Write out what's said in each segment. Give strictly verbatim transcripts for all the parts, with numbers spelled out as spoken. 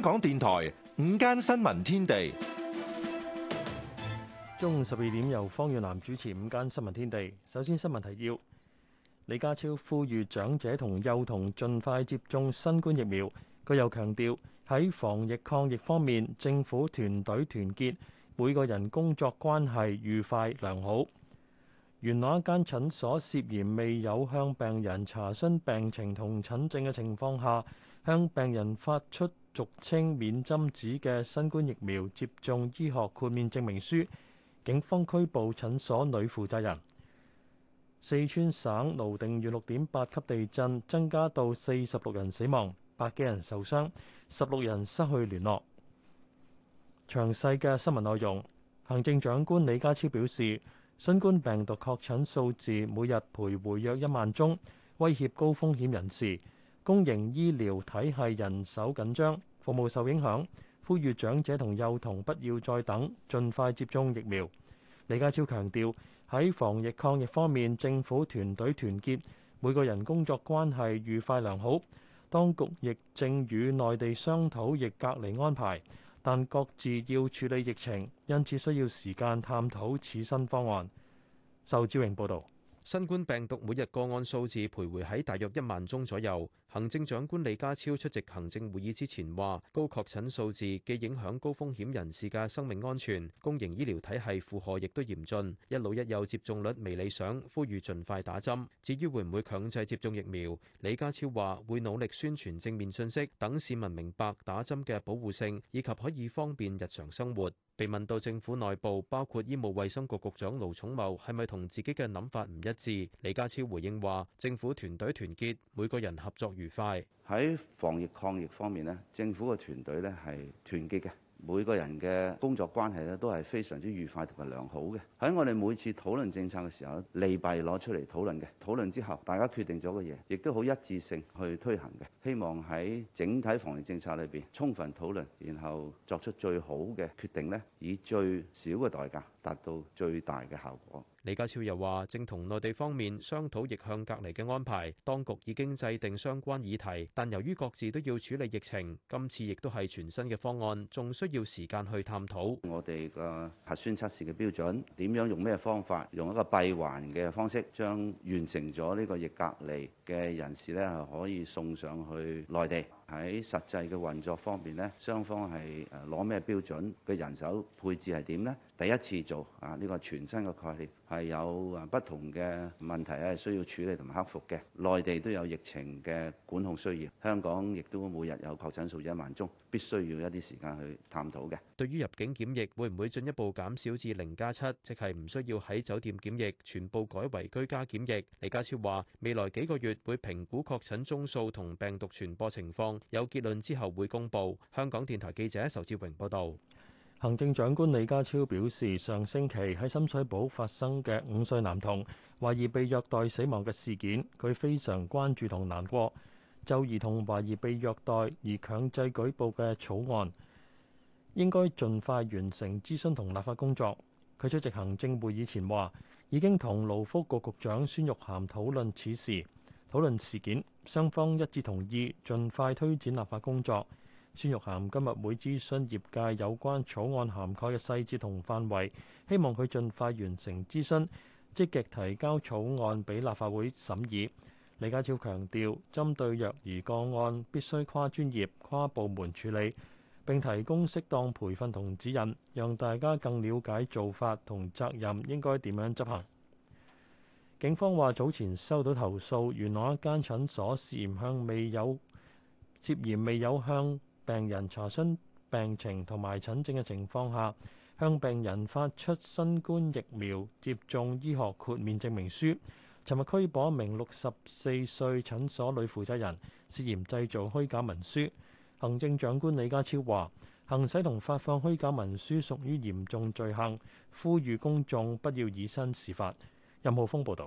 港電台午間新聞天地， 中午十二點由方遠南主持午間新聞天地。首先新聞提要：李家超呼籲長者同幼童盡快接種新冠疫苗。佢又強調喺防疫抗疫方面，政府團隊團結，每個人工作關係愉快良好。元朗一間診所涉嫌未有向病人查詢病情同診症嘅情況下，向病人發出俗稱免針紙嘅新冠疫苗接種醫學豁免證明書，警方拘捕診所女負責人。四川省瀘定縣六點八級地震，增加到四十六人死亡，百幾人受傷，十六人失去聯絡。詳細嘅新聞內容，行政長官李家超表示，新冠病毒確診數字每日徘徊約一萬宗，威脅高風險人士。公營醫療體系人手緊張，服務受影響，呼籲長者同幼童不要再等，盡快接種疫苗。李家超強調，喺防疫抗疫方面，政府團隊團結，每個人工作關係愉快良好。當局亦正與內地商討疫隔離安排，但各自要處理疫情，因此需要時間探討此新方案。仇志榮報導。 新冠病毒每日個案數字徘徊喺大約一萬宗左右。行政長官李家超出席行政會議之前話，高確診數字既影響高風險人士嘅生命安全，公營醫療體系負荷亦都嚴峻，一老一幼接種率未理想，呼籲盡快打針。至於會唔會強制接種疫苗，李家超話會努力宣傳正面信息，等市民明白打針嘅保護性，以及可以方便日常生活。被問到政府內部包括醫務衛生局局長盧寵茂係咪同自己嘅諗法唔一致，李家超回應話：政府團隊團結，每個人合作愉快。 喺防疫抗疫方面咧，政府嘅團隊咧係團結嘅，每個人嘅工作關係咧都係非常之愉快同埋良好嘅。喺我哋每次討論政策嘅時候，利弊攞出嚟討論嘅，討論之後大家決定咗嘅嘢，亦都好一致性去推行嘅。希望喺整體防疫政策裏邊充分討論，然後作出最好嘅決定咧，以最少嘅代價達到最大嘅效果。 李家超又話，正同內地方面商討逆向隔離嘅安排，當局已經制定相關議題，但由於各自都要處理疫情，今次亦都係全新嘅方案，仲需要時間去探討。 我哋個核酸測試嘅標準點樣用咩方法，用一個閉環嘅方式，將完成咗呢個逆隔離嘅人士咧，係可以送上去內地。喺實際嘅運作方面咧，雙方係誒攞咩標準嘅人手配置係點呢？第一次做啊，呢個全新嘅概念係有誒不同嘅問題係需要處理同埋克服嘅。內地都有疫情嘅管控需要，香港亦都每日有確診數一萬宗，必須要一啲時間去探討嘅。 對於入境檢疫會唔會進一步減少至零加七，即係唔需要喺酒店檢疫，全部改為居家檢疫？李家超話：未來幾個月會評估確診宗數同病毒傳播情況。有結論之後會公佈。香港電台記者仇志榮報導。 行政長官李家超表示，上星期喺深水埗發生嘅五歲男童懷疑被虐待死亡嘅事件，佢非常關注同難過。就兒童懷疑被虐待而強制舉報嘅草案，應該盡快完成諮詢同立法工作。佢出席行政會議前話，已經同勞福局局長孫玉菡討論此事。討論事件，雙方一致同意盡快推展立法工作。孫玉菡今日會諮詢業界有關草案涵蓋嘅細節同範圍，希望佢盡快完成諮詢，積極提交草案俾立法會審議。李家超強調，針對虐兒個案必須跨專業、跨部門處理，並提供適當培訓同指引，讓大家更了解做法同責任應該點樣執行。警方話早前收到投訴，元朗一間診所涉嫌向未有涉嫌未有向病人查詢病情同埋診症嘅情況下，向病人發出新冠疫苗接種醫學豁免證明書。尋日拘捕一名六十四歲診所女負責人，涉嫌製造虛假文書。行政長官李家超話，行使同發放虛假文書屬於嚴重罪行，呼籲公眾不要以身試法。任浩峰報導。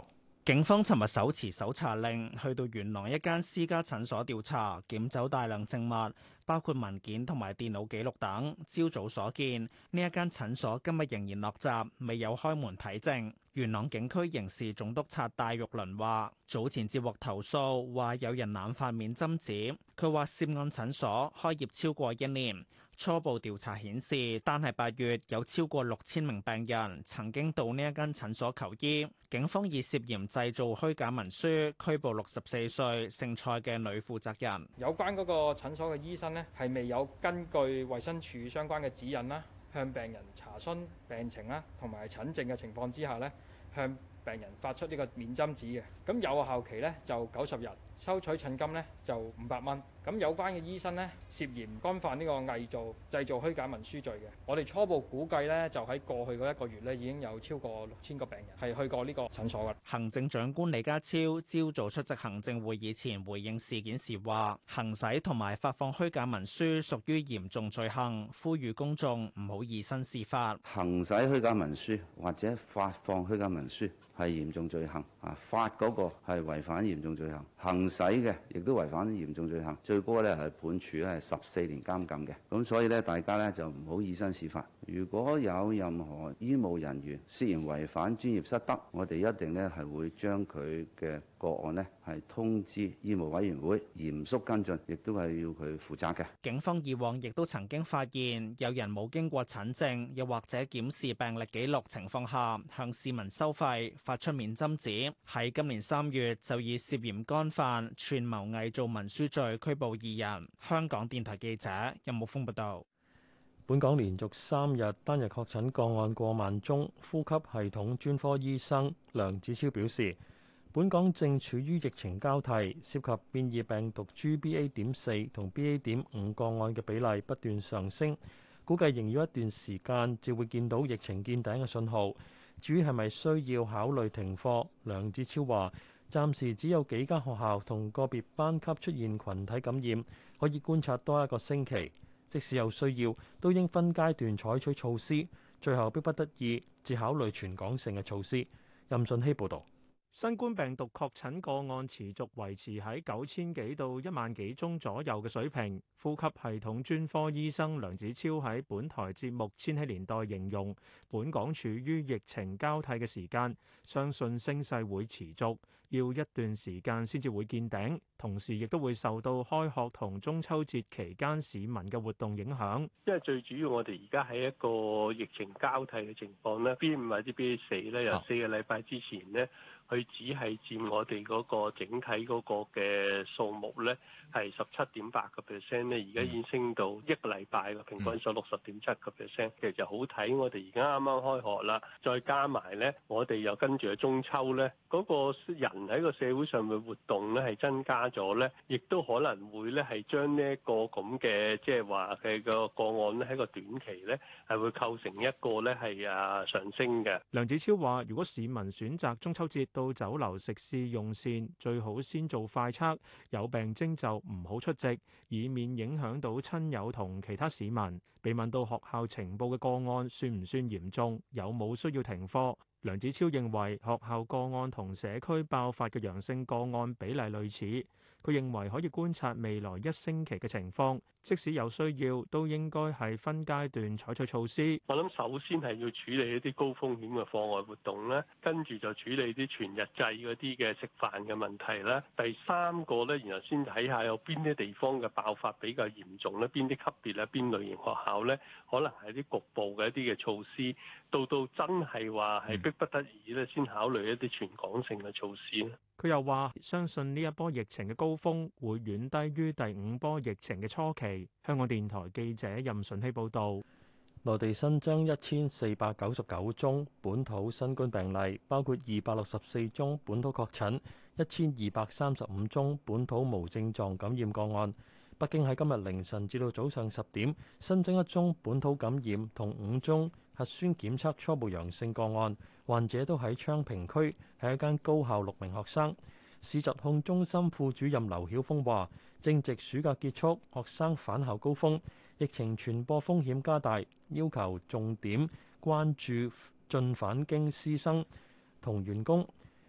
警方尋日手持搜查令去到元朗一間私家診所調查，檢走大量證物，包括文件同埋電腦記錄等。朝早所見，呢一間診所今日仍然落閘，未有開門睇症。元朗警區刑事總督察戴玉麟話：早前接獲投訴，話有人濫發免針紙。佢話涉案診所開業超過一年。初步調查顯示，單係八月有超過六千名病人曾經到呢一間診所求醫。警方以涉嫌製造虛假文書拘捕六十四歲姓蔡嘅女負責人。 有關嗰個診所嘅醫生呢，係未有根據衛生署相關嘅指引啦，向病人查詢病情啦，同埋診症嘅情況之下呢，向病人發出呢個免針紙嘅。咁有效期呢就九十日，收取診金呢就五百蚊。咁有關嘅醫生呢，涉嫌干犯呢個偽造、製造虛假文書罪嘅。我哋初步估計呢，就喺過去嗰一個月呢，已經有超過六千個病人係去過呢個診所嘅。 行政長官李家超朝早出席行政會議前回應事件時話：行使同埋發放虛假文書屬於嚴重罪行，呼籲公眾唔好以身試法。 行使虛假文書或者發放虛假文書係嚴重罪行啊！發嗰個係違反嚴重罪行，行使嘅亦都違反嚴重罪行，最高咧係判處咧係十四年監禁嘅。咁所以咧，大家咧就唔好以身試法。如果有任何醫務人員涉嫌違反專業失德，我哋一定咧係會將佢嘅個案呢係通知醫務委員會嚴肅跟進，亦都係要佢負責嘅。 警方以往亦都曾經發現有人冇經過診症，又或者檢視病歷記錄情況下，向市民收費發出免針紙。喺今年三月就以涉嫌干犯串謀偽造文書罪拘捕二人。香港電台記者任木峰報道。 本港連續三日單日確診個案過萬宗，呼吸系統專科醫生梁子超表示，本港正處於疫情交替，涉及變異病毒株 B A 點四同 B A 點五個案嘅比例不斷上升，估計仍要一段時間至會見到疫情見頂嘅信號。至於係咪需要考慮停課，梁子超話暫時只有幾間學校同個別班級出現群體感染，可以觀察多一個星期。即使有需要，都應分階段採取措施，最後迫不得已至考慮全港性嘅措施。任信希報導。 新冠病毒確診個案持續維持喺九千幾到一萬幾宗左右嘅水平。呼吸系統專科醫生梁子超喺本台節目《千禧年代》形容，本港處於疫情交替嘅時間，相信升勢會持續，要一段時間先至會見頂，同時亦都會受到開學同中秋節期間市民嘅活動影響。 因為最主要我哋而家喺一個疫情交替嘅情況咧 ，B 五或者 B A 四咧，由四個禮拜之前咧。佢只係佔我哋嗰個整體嗰個嘅數目咧，係十七點八個 percent 咧，而家已經升到一個禮拜個平均數六十點七個 percent，其實就好睇。我哋而家啱啱開學啦，再加埋咧，我哋又跟住去中秋咧，嗰個人喺個社會上嘅活動咧係增加咗咧，亦都可能會咧係將呢一個咁嘅即係話嘅個個案咧喺個短期咧係會構成一個咧係啊上升嘅。 梁子超話：如果市民選擇中秋節到酒樓食肆用膳，最好先做快測，有病徵就唔好出席，以免影響到親友同其他市民。被問到學校呈報嘅個案算唔算嚴重，有冇需要停課？梁子超認為學校個案同社區爆發嘅陽性個案比例類似。佢認為可以觀察未來一星期嘅情況，即使有需要，都應該係分階段採取措施。 我諗首先係要處理一啲高風險嘅課外活動咧，跟住就處理啲全日制嗰啲嘅食飯嘅問題啦。第三個咧，然後先睇下有邊啲地方嘅爆發比較嚴重咧，邊啲級別咧，邊類型學校咧，可能係啲局部嘅一啲嘅措施，到到真係話係迫不得已咧，先考慮一啲全港性嘅措施。 佢又話：相信呢一波疫情嘅高峰會遠低於第五波疫情嘅初期。香港電台記者任順希報導。 內地新增一千四百九十九宗本土新冠病例，包括二百六十四宗本土確診，一千二百三十五宗本土無症狀感染個案。北京喺今日凌晨至到早上十點新增一宗本土感染同五宗核酸檢測初步陽性個案，患者都喺昌平區，係一間高校六名學生。市疾控中心副主任劉曉峰話：正值暑假結束，學生返校高峰，疫情傳播風險加大，要求重點關注進返京師生同員工。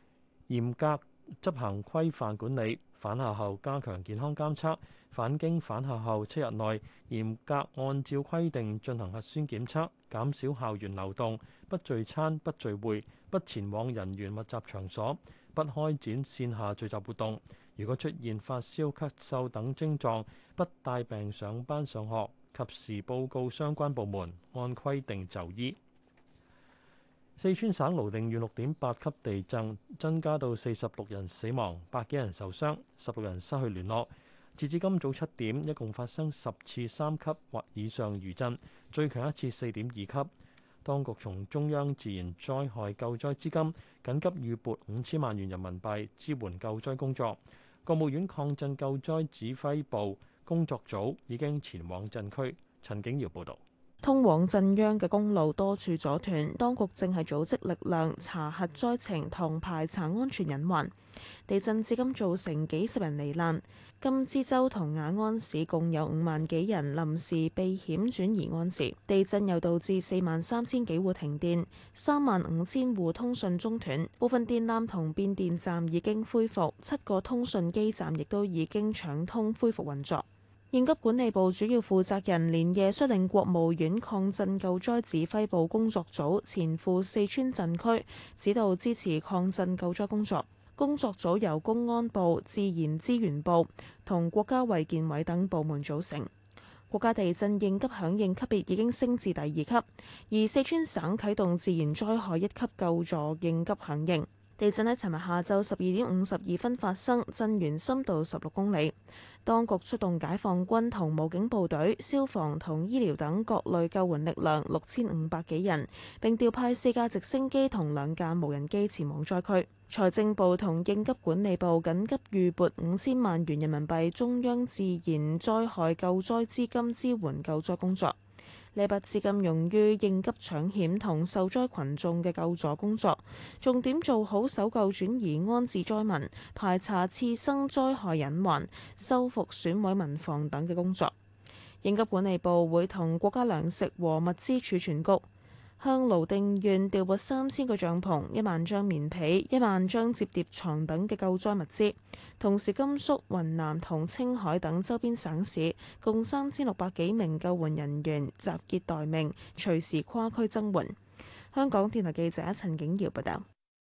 嚴格執行規範管理，返校後加強健康監測，返京返校後七日內嚴格按照規定進行核酸檢測，減少校園流動，不聚餐、不聚會、不前往人員密集場所，不開展線下聚集活動。如果出現發燒、咳嗽等症狀，不帶病上班上學，及時報告相關部門，按規定就醫。四川省瀘定縣六點八級地震，增加到四十六人死亡，百幾人受傷，十六人失去聯絡。截至今早七點，一共發生十次三級或以上餘震，最強一次四點二級。當局從中央自然災害救災資金緊急預撥五千萬元人民幣支援救災工作。國務院抗震救災指揮部工作組已經前往震區。陳景堯報導。 通往震央嘅公路多處阻斷，當局正係組織力量查核災情同排查安全隱患。地震至今造成幾十人罹難，甘孜州同雅安市共有五萬幾人臨時避險轉移安置。地震又導致四萬三千幾戶停電，三萬五千戶通訊中斷，部分電纜同變電站已經恢復，七個通訊基站亦都已經搶通恢復運作。應急管理部主要負責人連夜率領國務院抗震救災指揮部工作組前赴四川震區，指導支持抗震救災工作。工作組由公安部、自然資源部同國家衛健委等部門組成。國家地震應急響應級別已經升至第二級，而四川省啟動自然災害一級救助應急響應。地震喺尋日下晝十二點五十二分發生，震源深度十六公里。當局出動解放軍同武警部隊、消防同醫療等各類救援力量六千五百幾人，並調派四架直升機同兩架無人機前往災區。財政部同應急管理部緊急預撥五千萬元人民幣中央自然災害救災資金支援救災工作。呢筆資金用於應急搶險同受災群眾嘅救助工作，重點做好搜救轉移安置災民、排查次生災害隱患、修復損毀民房等嘅工作。應急管理部會同國家糧食和物資儲存局向瀘定縣調撥三千個帳篷、一萬張棉被、一萬張摺疊床等嘅救災物資。同時，甘肅、雲南同青海等周邊省市共三千六百幾名救援人員集結待命，隨時跨區增援。香港電台記者陳景堯報道。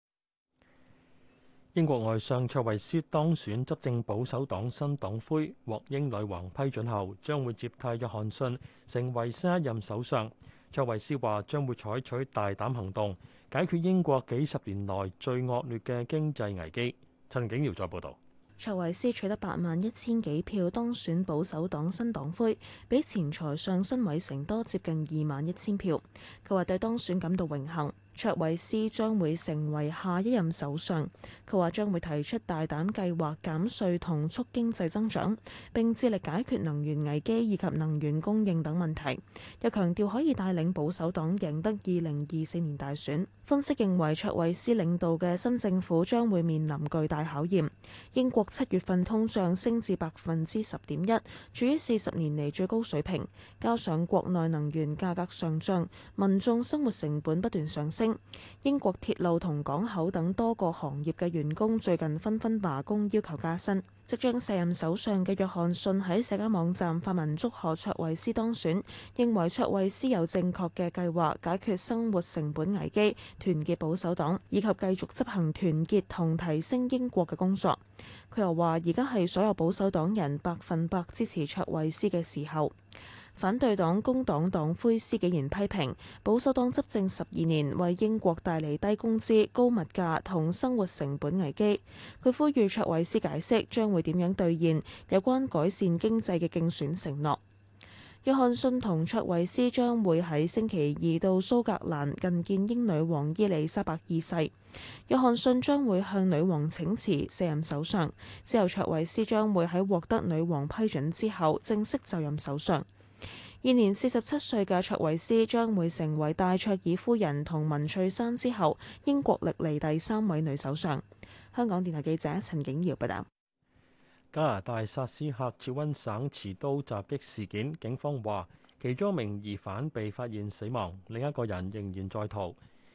英國外相卓慧思當選執政保守黨新黨魁，獲英女王批准後，將會接替約翰遜成為新一任首相。卓慧思話將會採取大膽行動，解決英國幾十年來最惡劣嘅經濟危機。陳景堯再報導。 卓慧思取得八萬一千幾票當選保守黨新黨魁，比前財相辛偉誠多接近二萬一千票。佢話對當選感到榮幸。卓慧思將會成為下一任首相。佢話將會提出大膽計劃減稅同促經濟增長，並致力解決能源危機以及能源供應等問題。又強調可以帶領保守黨贏得二零二四年大選。分析認為卓慧思領導嘅新政府將會面臨巨大考驗。英國七月份通脹升至百分之十點一，處於四十年嚟最高水平。加上國內能源價格上漲，民眾生活成本不斷上升。英國鐵路同港口等多個行業嘅員工最近紛紛罷工，要求加薪。即將卸任首相嘅約翰遜喺社交網站發文祝賀卓慧思當選，認為卓慧思有正確嘅計劃解決生活成本危機，團結保守黨，以及繼續執行團結同提升英國嘅工作。佢又話：而家係所有保守黨人百分百支持卓慧思嘅時候。反對黨工黨黨魁施紀賢批評保守黨執政十二年，為英國帶嚟低工資、高物價同生活成本危機。佢呼籲卓慧思解釋將會點樣兌現有關改善經濟嘅競選承諾。約翰遜同卓慧思將會喺星期二到蘇格蘭覲見英女王伊麗莎白二世。約翰遜將會向女王請辭卸任首相，之後卓慧思將會喺獲得女王批准之後正式就任首相。現年四十七歲嘅卓慧思將會成為戴卓爾夫人同文翠珊之後英國歷嚟第三位女首相。香港電台記者陳景堯報道。 加拿大薩斯喀徹溫省持刀襲擊事件，警方話其中一名疑犯被發現死亡，另一個人仍然在逃。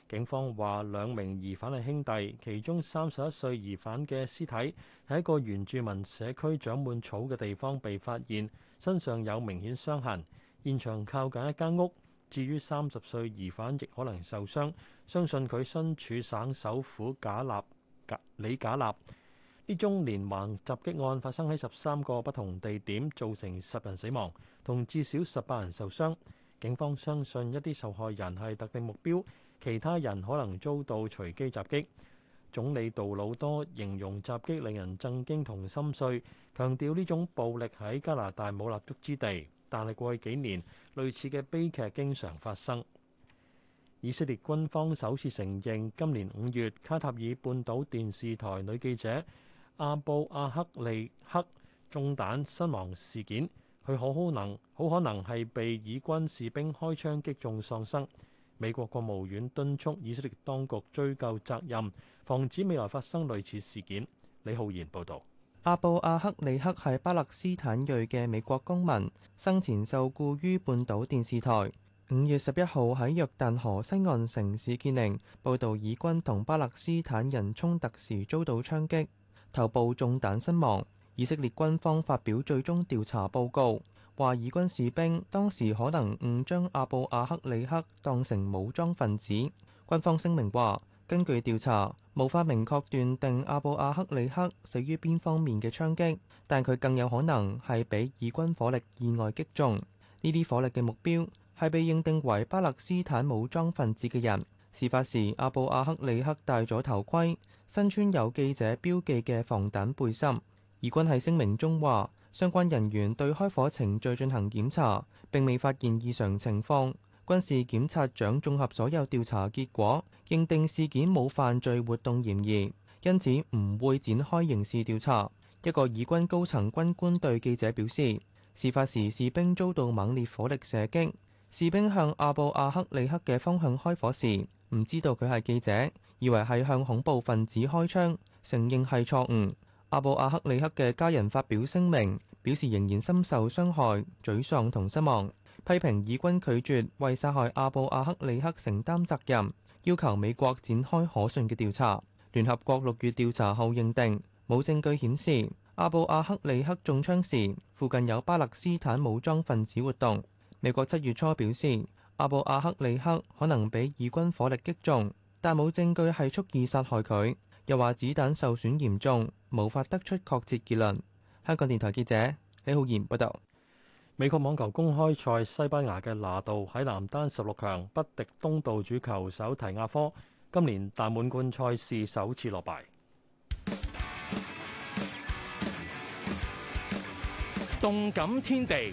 警方話兩名疑犯係兄弟，其中三十一歲疑犯嘅屍體喺一個原住民社區長滿草嘅地方被發現，身上有明顯傷痕，現場靠近一間屋。至於三十歲疑犯亦可能受傷，相信佢身處省首府賈納里賈納。呢宗連環襲擊案發生喺十三個不同地點，造成十人死亡，同至少十八人受傷。警方相信一啲受害人係特定目標，其他人可能遭到隨機襲擊。總理杜魯多形容襲擊令人震驚同心碎，強調呢種暴力喺加拿大冇立足之地，但係過去幾年類似嘅悲劇經常發生。以色列軍方首次承認今年五月卡塔爾半島電視台女記者阿布阿克利克中彈身亡事件，佢好可能好可能係被以軍士兵開槍擊中喪生。美國國務院敦促以色列當局追究責任，防止未來發生類似事件。李浩然報導。 阿布阿克利克係巴勒斯坦裔嘅美國公民，生前受僱於半島電視台。五月十一號喺約旦河西岸城市傑寧報導，以軍同巴勒斯坦人衝突時遭到槍擊，頭部中彈身亡。以色列軍方發表最終調查報告，話以軍士兵當時可能誤將阿布阿克利克當成武裝分子。軍方聲明話，根據調查，無法明確斷定阿布阿克利克死於邊方面嘅槍擊，但佢更有可能係俾以軍火力意外擊中。呢啲火力嘅目標係被認定為巴勒斯坦武裝分子嘅人。事發時，阿布阿克利克戴咗頭盔，身穿有記者標記嘅防彈背心。以軍喺聲明中話，相關人員對開火程序進行檢查，並未發現異常情況。軍事檢察長綜合所有調查結果，認定事件冇犯罪活動嫌疑，因此唔會展開刑事調查。一個以軍高層軍官對記者表示，事發時士兵遭到猛烈火力射擊，士兵向阿布阿克利克嘅方向開火時，唔知道佢係記者，以為係向恐怖分子開槍，承認係錯誤。阿布阿克利克嘅家人發表聲明，表示仍然深受傷害、沮喪同失望，批評以軍拒絕為殺害阿布阿克利克承擔責任，要求美國展開可信嘅調查。聯合國六月調查後認定，冇證據顯示阿布阿克利克中槍時附近有巴勒斯坦武裝分子活動。美國七月初表示，阿布阿克利克可能被以軍火力擊中，但冇證據係蓄意殺害佢。又話子彈受損嚴重，無法得出確切結論。香港電台記者李浩然報道。 美國網球公開賽，西班牙嘅拿度喺男單十六強不敵東道主球手提亞科，今年大滿貫賽事首次落敗。 動感天地。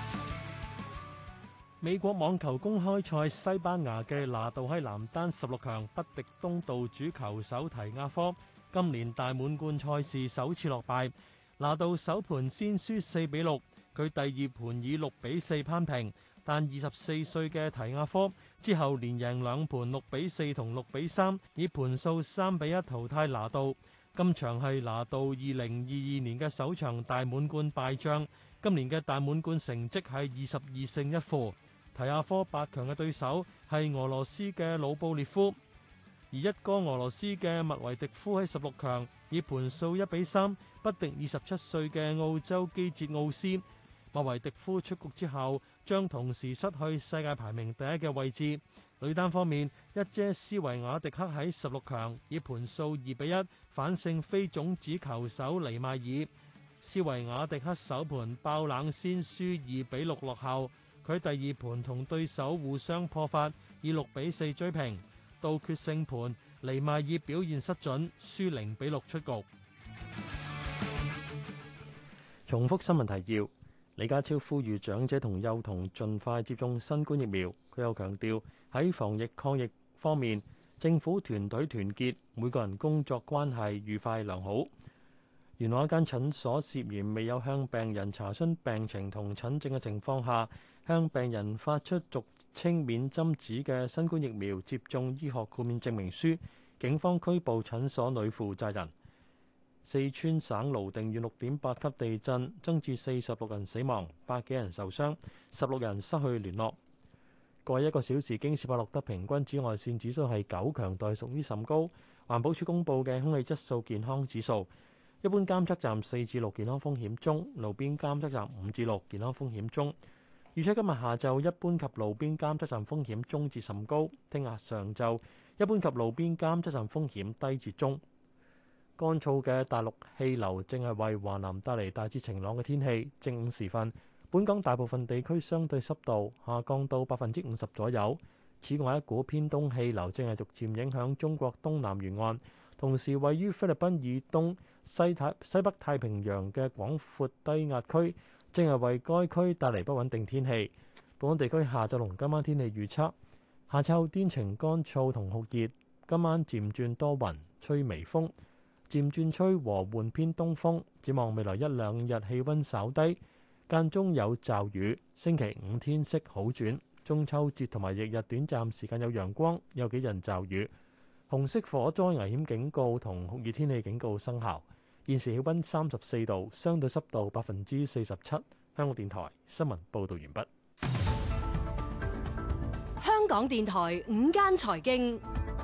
美國網球公開賽，西班牙嘅拿度喺男單十六強不敵東道主球手提亞科，今年大滿貫賽事首次落敗。拿度首盤先輸四比六，佢第二盤以六比四攀平，但二十四歲嘅提亞科之後連贏兩盤六比四同六比三，以盤數三比一淘汰拿度。今場係拿度二零二二年嘅首場大滿貫敗仗，今年嘅大滿貫成績係二十二勝一負。提亞科八強嘅對手係俄羅斯嘅魯布列夫，而一哥俄羅斯嘅麥維迪夫喺十六強以盤數一比三不敵二十七歲嘅澳洲基捷奧斯。麥維迪夫出局之後，將同時失去世界排名第一嘅位置。女單方面，一姐斯維亞迪克喺十六強以盤數二比一反勝非種子球手尼邁爾。斯維亞迪克首盤爆冷先輸二比六落後。佢第二盤同對手互相破發，以六比四追平。到決勝盤，尼邁爾表現失準，輸零比六出局。重複新聞提要：李家超呼籲長者同幼童盡快接種新冠疫苗。佢又強調喺防疫抗疫方面，政府團隊團結，每個人工作關係愉快良好。元朗一間診所涉嫌未有向病人查詢病情同診症嘅情況下，向病人發出俗稱免針紙嘅新冠疫苗接種醫學豁免證明書，警方拘捕診所女負責人。四川省瀘定縣六點八級地震，增至四十六人死亡，百幾人受傷，十六人失去聯絡。 過去一個小時，京士柏錄得平均紫外線指數係九，強度屬於甚高。環保署公佈嘅空氣質素健康指數，一般監測站四至六健康風險中，路邊監測站五至六健康風險中。預測今日下晝一般及路邊監測站風險中至甚高，聽日上晝一般及路邊監測站風險低至中。乾燥嘅大陸氣流正係為華南帶嚟大致晴朗嘅天氣。正午時分，本港大部分地區相對濕度下降到百分之五十左右。此外，一股偏東氣流正係逐漸影響中國東南沿岸，同時位於菲律賓以東西太西北太平洋嘅廣闊低壓區正係為該區帶嚟不穩定天氣。本港地區下晝同今晚天氣預測：下晝天晴乾燥同酷熱，今晚漸轉多雲，吹微風，漸轉吹和緩偏東風。展望未來一兩日氣温稍低，間中有驟雨。星期五天色好轉。中秋節同埋翌日短暫時間有陽光，有幾陣驟雨。紅色火災危險警告同酷熱天氣警告生效。現時氣温三十四度，相對濕度百分之四十七。香港電台新聞報導完畢。 香港電台午間財經。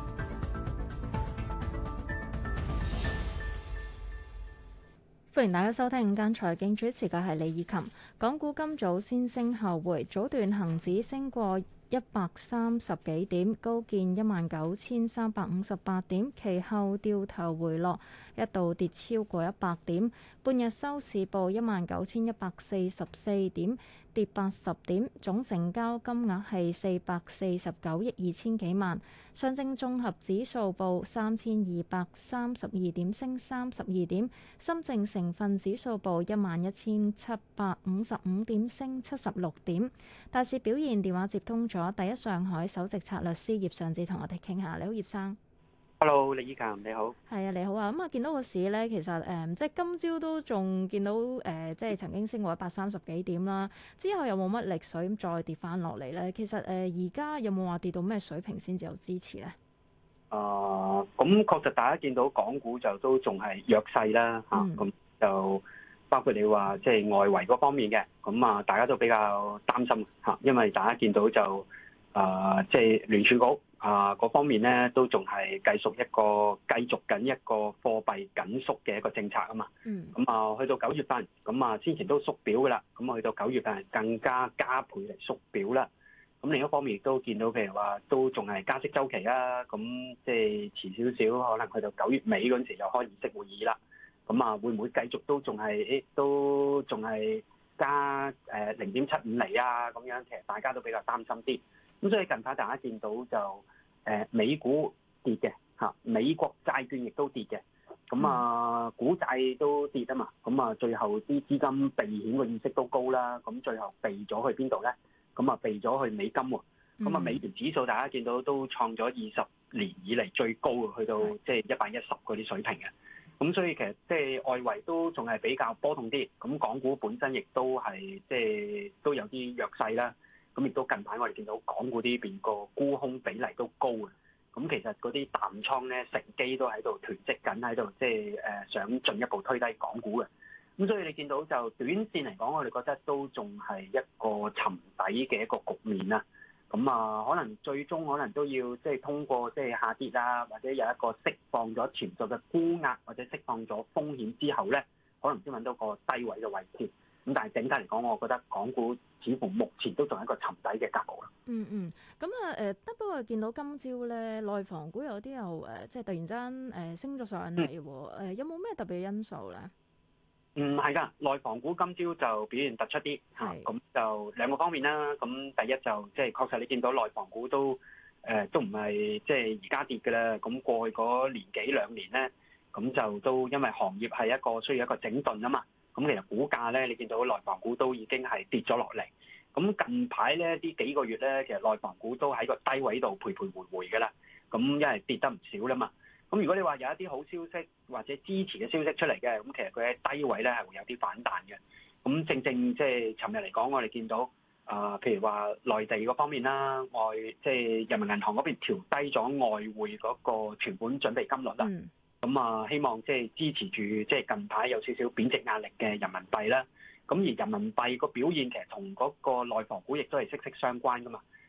歡迎大家收聽午間財經，主持嘅係李以琴。港股今早先升後回，早段恒指升過一百三十幾點，高見一萬九千三百五十八點，其後掉頭回落，一度跌超過一百點。半日收市報一萬九千一百四十四點，跌八十點，總成交金額係四百四十九億二千幾萬。上證綜合指數報三千二百三十二點，升三十二點。深證成分指數報一萬一千七百五十五點，升七十六點。大市表現，電話接通咗第一上海首席策略師葉尚志同我哋傾下。你好，葉生。 Hello， 李依琴，你好。 係啊，你好啊。咁啊，見到個市咧，其實誒、呃，即係今朝都仲見到誒、呃，即係曾經升過一百三十幾點啦。之後又冇乜力水，咁再跌翻落嚟咧。其實誒，而、呃、家有冇話跌到咩水平先至有支持咧？ 啊、呃，咁確實大家見到港股就都仲係弱勢啦，嚇、嗯。咁、啊、就包括你話即係外圍嗰方面嘅，咁啊，大家都比較擔心嚇、啊，因為大家見到就啊，即、呃、係、就是、聯儲局。啊，嗰方面咧都仲係繼續一個繼續緊一個貨幣緊縮嘅一個政策啊嘛。嗯。咁啊，去到九月份，咁啊先前都縮表噶啦，咁啊去到九月份更加加倍嚟縮表啦。咁另一方面亦都見到，譬如話都仲係加息週期啦。咁即係遲少少，可能去到九月尾嗰陣時就開議息會議啦。咁啊，會唔會繼續都仲係誒都仲係加誒零點七五厘啊？咁樣其實大家都比較擔心啲。咁所以近排大家見到就誒、呃、美股跌嘅嚇，美國債券亦都跌嘅，咁啊股債都跌啊嘛，咁啊最後啲資金避險嘅意識都高啦，咁最後避咗去邊度咧？咁啊避咗去美金喎，咁啊美元指數大家見到都創咗二十年以嚟最高，去到即係一百一十嗰啲水平嘅，咁所以其實即係外圍都仲係比較波動啲，咁港股本身亦都係即係都有啲弱勢啦。咁亦都近排我哋見到港股呢邊個沽空比例都高啊！咁其實嗰啲淡倉咧乘機都喺度囤積緊，喺度即係誒想進一步推低港股嘅。咁所以你見到就短線嚟講，我哋覺得都仲係一個沉底嘅一個局面啦。咁啊，可能最終可能都要即係通過即係下跌啊，或者有一個釋放咗潛在嘅沽壓，或者釋放咗風險之後咧，可能先揾到個低位嘅位置。咁但係整體嚟講，我覺得港股似乎目前都仲係一個沉底嘅格局啦。 嗯嗯，咁啊誒，不不過見到今朝咧，內房股有啲又誒，即係突然間誒升咗上嚟喎。誒、嗯、有冇咩特別嘅因素咧？ 嗯，係㗎，內房股今朝就表現突出啲嚇，咁就兩個方面啦。咁第一就即係確實你見到內房股都誒、呃、都唔係即係而家跌嘅啦。咁過去嗰年幾兩年咧，咁就都因為行業係一個需要一個整頓啊嘛。咁其實股價咧，你見到內房股都已經係跌咗落嚟。咁近排咧，呢幾個月咧，其實內房股都喺個低位度徘徊徘徊嘅啦。咁因為跌得唔少啦嘛。咁如果你話有一啲好消息或者支持嘅消息出嚟嘅，咁其實佢喺低位咧係會有啲反彈嘅。咁正正即係尋日嚟講，我哋見到啊、呃，譬如話內地嗰方面啦，外即係人民銀行嗰邊調低咗外匯嗰個存款準備金率啦。嗯咁啊，希望即係支持住即係近排有少少貶值壓力嘅人民幣啦。咁而人民幣個表現其實同嗰個內房股亦都係息息相關噶嘛。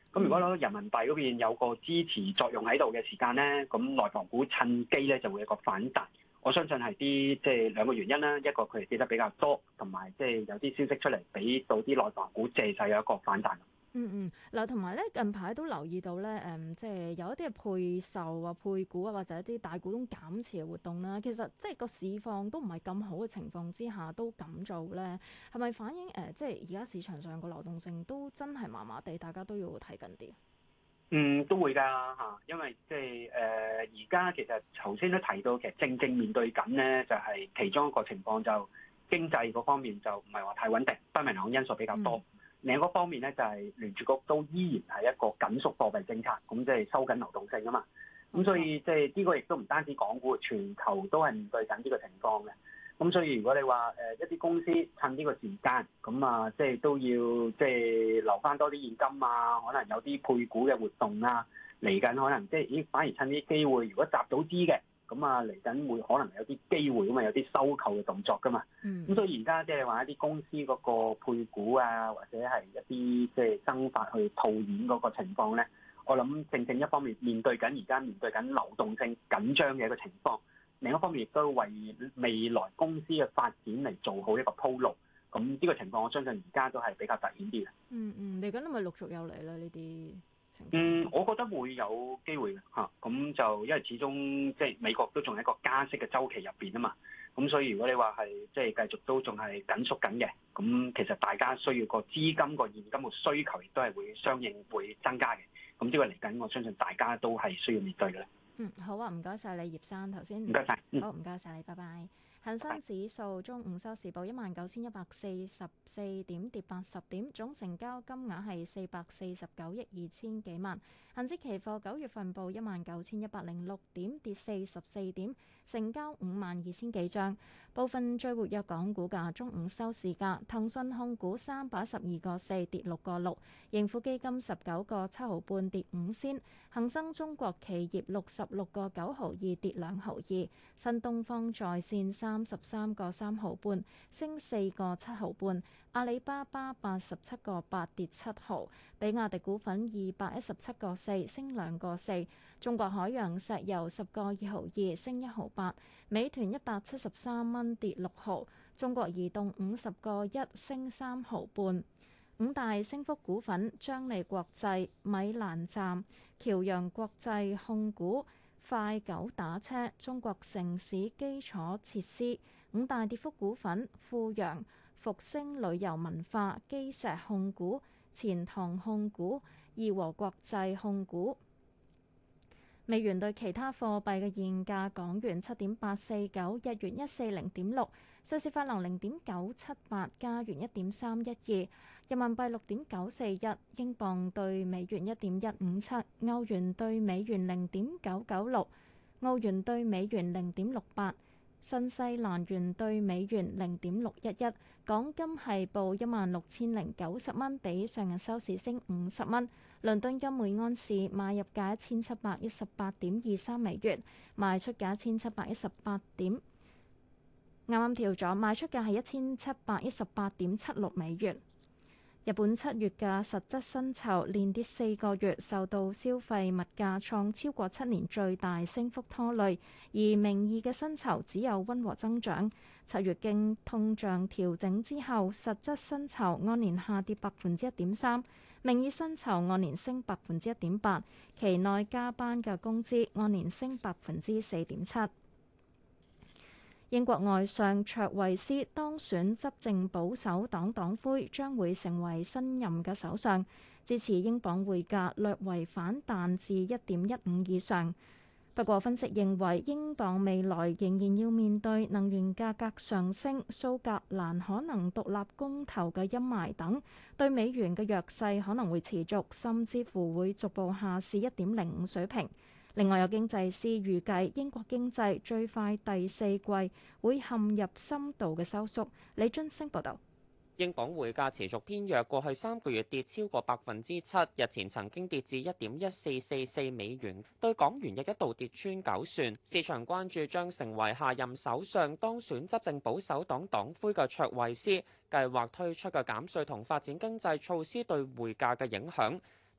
咁如果攞人民幣嗰邊有個支持作用喺度嘅時間咧，咁內房股趁機咧就會有個反彈。我相信係啲即係兩個原因啦，一個佢哋跌得比較多，同埋即係有啲消息出嚟，俾到啲內房股借勢有一個反彈。 嗯嗯，嗱，同埋咧近排都留意到咧，誒、嗯，即係有一啲嘅配售啊、配股啊，或者一啲大股東減持嘅活動啦。其實即係個市況都唔係咁好嘅情況之下，都咁做咧，係咪反映誒、呃，即係而家市場上個流動性都真係麻麻地，大家都要睇緊啲？ 嗯，都會㗎嚇，因為即係誒而家其實頭先都提到，其實正正面對緊咧，就係其中一個情況就經濟嗰方面就唔係話太穩定，不明朗因素比較多。嗯另一個方面咧，就係聯儲局都依然係一個緊縮貨幣政策，咁即係收緊流動性啊嘛。咁所以即係呢個亦都唔單止港股，全球都係面對緊呢個情況嘅。咁所以如果你話誒一啲公司趁呢個時間，咁啊即係都要即係留翻多啲現金啊，可能有啲配股嘅活動啊，嚟緊可能即係咦反而趁啲機會，如果集到資嘅。咁啊，嚟緊會可能有啲機會，咁啊有啲收購嘅動作噶嘛。咁、嗯、所以而家即係話一啲公司嗰個配股啊，或者係一啲即係增發去套現嗰個情況咧，我諗正正一方面面對緊而家面對緊流動性緊張嘅一個情況，另一方面亦都為未來公司嘅發展嚟做好一個鋪路。咁呢個情況，我相信而家都係比較突顯啲嘅。 嗯嗯，嚟緊都咪陸續有嚟啦呢啲。 嗯，我覺得會有機會嘅嚇，咁、啊、就因為始終即係美國都仲係一個加息嘅週期入邊啊嘛，咁所以如果你話係即係繼續都仲係緊縮緊嘅，咁其實大家需要個資金個現金個需求亦都係會相應會增加嘅，咁呢個嚟緊我相信大家都係需要面對嘅咧。 嗯，好啊，唔該晒你葉生頭先。 唔該晒。嗯、 好，唔該晒你，拜拜。恒生指數中午收市報一萬九千一百四十四點，跌八十點，總成交金額係四百四十九億二千幾萬。恒指期貨九月份報一萬九千一百零六點，跌四十四點，成交五萬二千幾張。部分最活躍港股價中午收市價，騰訊控股三百一十二個四跌六個六，盈富基金十九個七毫半跌五仙，恒生中國企業六十六個九毫二跌兩毫二，新東方在線三十三個三毫半升四個七毫半，阿里巴巴八十七個八跌七毫，比亞迪股份二百一十七個四升兩個四，中國海洋石油十個二毫二升一毫八，美團一百七十三蚊跌六毫，中國移動五十個一升三毫半。五大升幅股份：張利國際、米蘭站、僑洋國際控股、快狗打車、中國城市基礎設施。五大跌幅股份：富陽、復星旅遊文化、基石控股、錢塘控股、義和國際控股。美元對其他貨幣嘅現價：港元七點八四九，日元一四零點六，瑞士法郎零點九七八，加元一點三一二，人民幣六點九四一，英鎊對美元一點一五七，歐元對美元零點九九六，澳元對美元零點六八，新西蘭元對美元零點六一一。港金係報一萬六千零九十蚊，比上日收市升五十蚊。倫敦金每安士買入價一千七百一十八點二三美元，賣出價一千七百一十八點，啱啱調咗，賣出價係一千七百一十八點七六美元。日本七月嘅實質薪酬連跌四個月，受到消費物價創超過七年最大升幅拖累，而名義嘅薪酬只有溫和增長。七月經通脹調整之後，實質薪酬按年下跌百分之一點三，名義薪酬按年升百分之一點八，期內加班嘅工資按年升百分之四點七。英國外相卓慧斯當選執政保守黨黨魁，將會成為新任嘅首相，支持英鎊匯價略為反彈至一點一五以上。不過分析認為，英鎊未來仍然要面對能源價格上升、蘇格蘭可能獨立公投嘅陰霾等，對美元嘅弱勢可能會持續，甚至乎會逐步下試一點零五水平。另外有經濟師預計英國經濟最快第四季會陷入深度嘅收縮。李津升報導。 英鎊匯價持續偏弱，過去三個月跌超過百分之七，日前曾經跌至一點一四四四美元，對港元亦一度跌穿九算。市場關注將成為下任首相、當選執政保守黨黨魁嘅卓慧斯計劃推出嘅減稅同發展經濟措施對匯價嘅影響。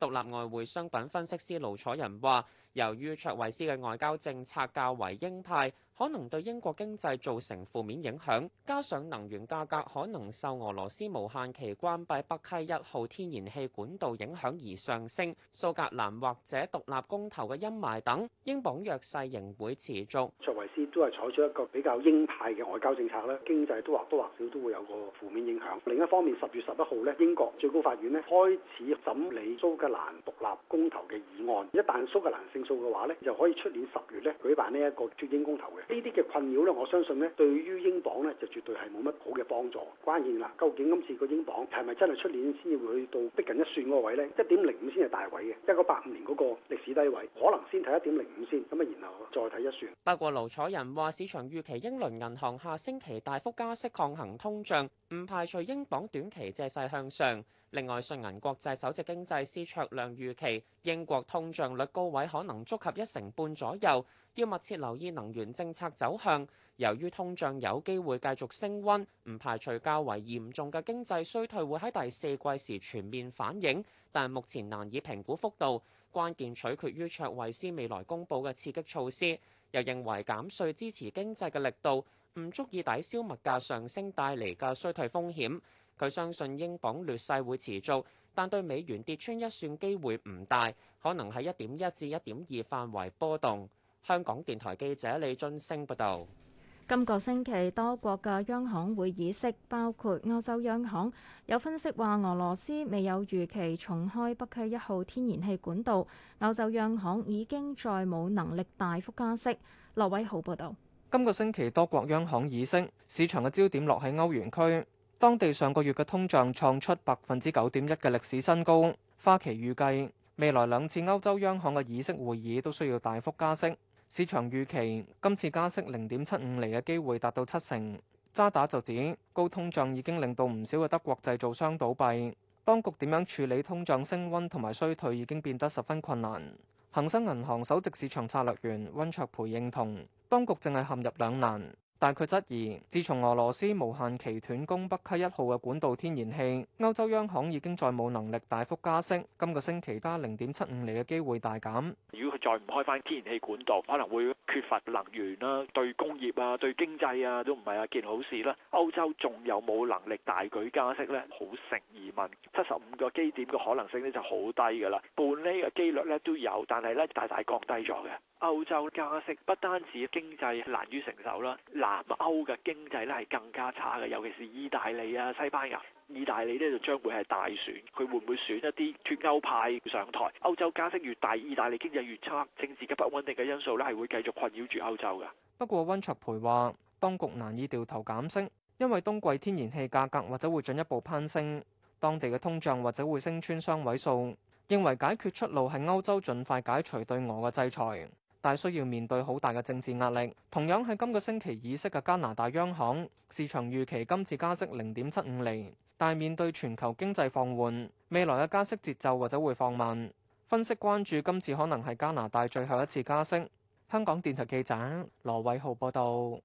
獨立外匯商品分析師盧楚仁話，由於卓慧思嘅外交政策較為鷹派，可能對英國經濟造成負面影響，加上能源價格可能受俄羅斯無限期關閉北溪一號天然氣管道影響而上升，蘇格蘭或者獨立公投嘅陰霾等，英鎊弱勢仍會持續。 卓慧思都係採取一個比較鷹派嘅外交政策啦，經濟都或多或少都會有個負面影響。另一方面，十月十一號咧，英國最高法院咧開始審理蘇格蘭獨立公投嘅議案，一旦蘇格蘭勝訴嘅話咧，就可以出年十月咧舉辦呢一個脫英公投嘅。呢啲嘅困擾咧，我相信咧對於英鎊咧就絕對係冇乜好嘅幫助。關鍵啦，究竟今次個英鎊係咪真係出年先至會去到逼近一算嗰個位咧？一點零五先係大位嘅，一九八五年嗰個歷史低位，可能先睇一點零五先，咁啊然後再睇一算。 不過盧楚仁話，市場預期英倫銀行下星期大幅加息抗衡通脹，唔排除英鎊短期借勢向上。另外，信銀國際首席經濟師卓亮預期英國通脹率高位可能觸及一成半左右，要密切留意能源政策走向。由於通脹有機會繼續升溫，唔排除較為嚴重嘅經濟衰退會喺第四季時全面反映，但目前難以評估幅度，關鍵取決於卓慧思未來公佈嘅刺激措施。又認為減稅支持經濟嘅力度唔足以抵消物價上升帶嚟嘅衰退風險。佢相信英鎊劣勢會持續，但對美元跌穿一算機會唔大，可能喺一點一至一點二範圍波動。香港電台記者李津升報導。 今個星期多國嘅央行會議息，包括歐洲央行。有分析話，俄羅斯未有預期重開北溪一號天然氣管道，歐洲央行已經再冇能力大幅加息。羅偉豪報導。 今個星期多國央行議息，市場嘅焦點落喺歐元區。當地上個月嘅通脹創出百分之九點一嘅歷史新高。花旗預計未來兩次歐洲央行嘅議息會議都需要大幅加息。市場預期今次加息零點七五厘嘅機會達到七成。渣打就指高通脹已經令到唔少嘅德國製造商倒閉，當局點樣處理通脹升溫同埋衰退已經變得十分困難。恒生銀行首席市場策略員溫卓培認同，當局正係陷入兩難。但佢質疑，自從俄羅斯無限期斷供北溪一號嘅管道天然氣，歐洲央行已經再冇能力大幅加息。今個星期加零點七五厘嘅機會大減。 如果佢再唔開翻天然氣管道，可能會缺乏能源啦，對工業啊、對經濟啊都唔係一件好事啦。歐洲仲有冇能力大舉加息呢？好成疑問。七十五個基點嘅可能性呢就好低㗎啦，半厘嘅機率咧都有，但係咧大大降低咗嘅。歐洲加息不單止經濟難於承受啦，南歐嘅經濟咧係更加差嘅，尤其是意大利啊、西班牙。意大利呢就將會係大選，佢會唔會選一啲脫歐派上台？歐洲加息越大，意大利經濟越差，政治嘅不穩定嘅因素咧係會繼續困擾住歐洲嘅。 不過溫卓培話，當局難以掉頭減息，因為冬季天然氣價格或者會進一步攀升，當地嘅通脹或者會升穿雙位數。認為解決出路係歐洲盡快解除對俄嘅制裁，但需要面對好大嘅政治壓力。同樣係今個星期議息嘅加拿大央行，市場預期今次加息零點七五厘，但面對全球經濟放緩，未來嘅加息節奏或者會放慢。分析關注今次可能係加拿大最後一次加息。香港電台記者羅偉浩報道。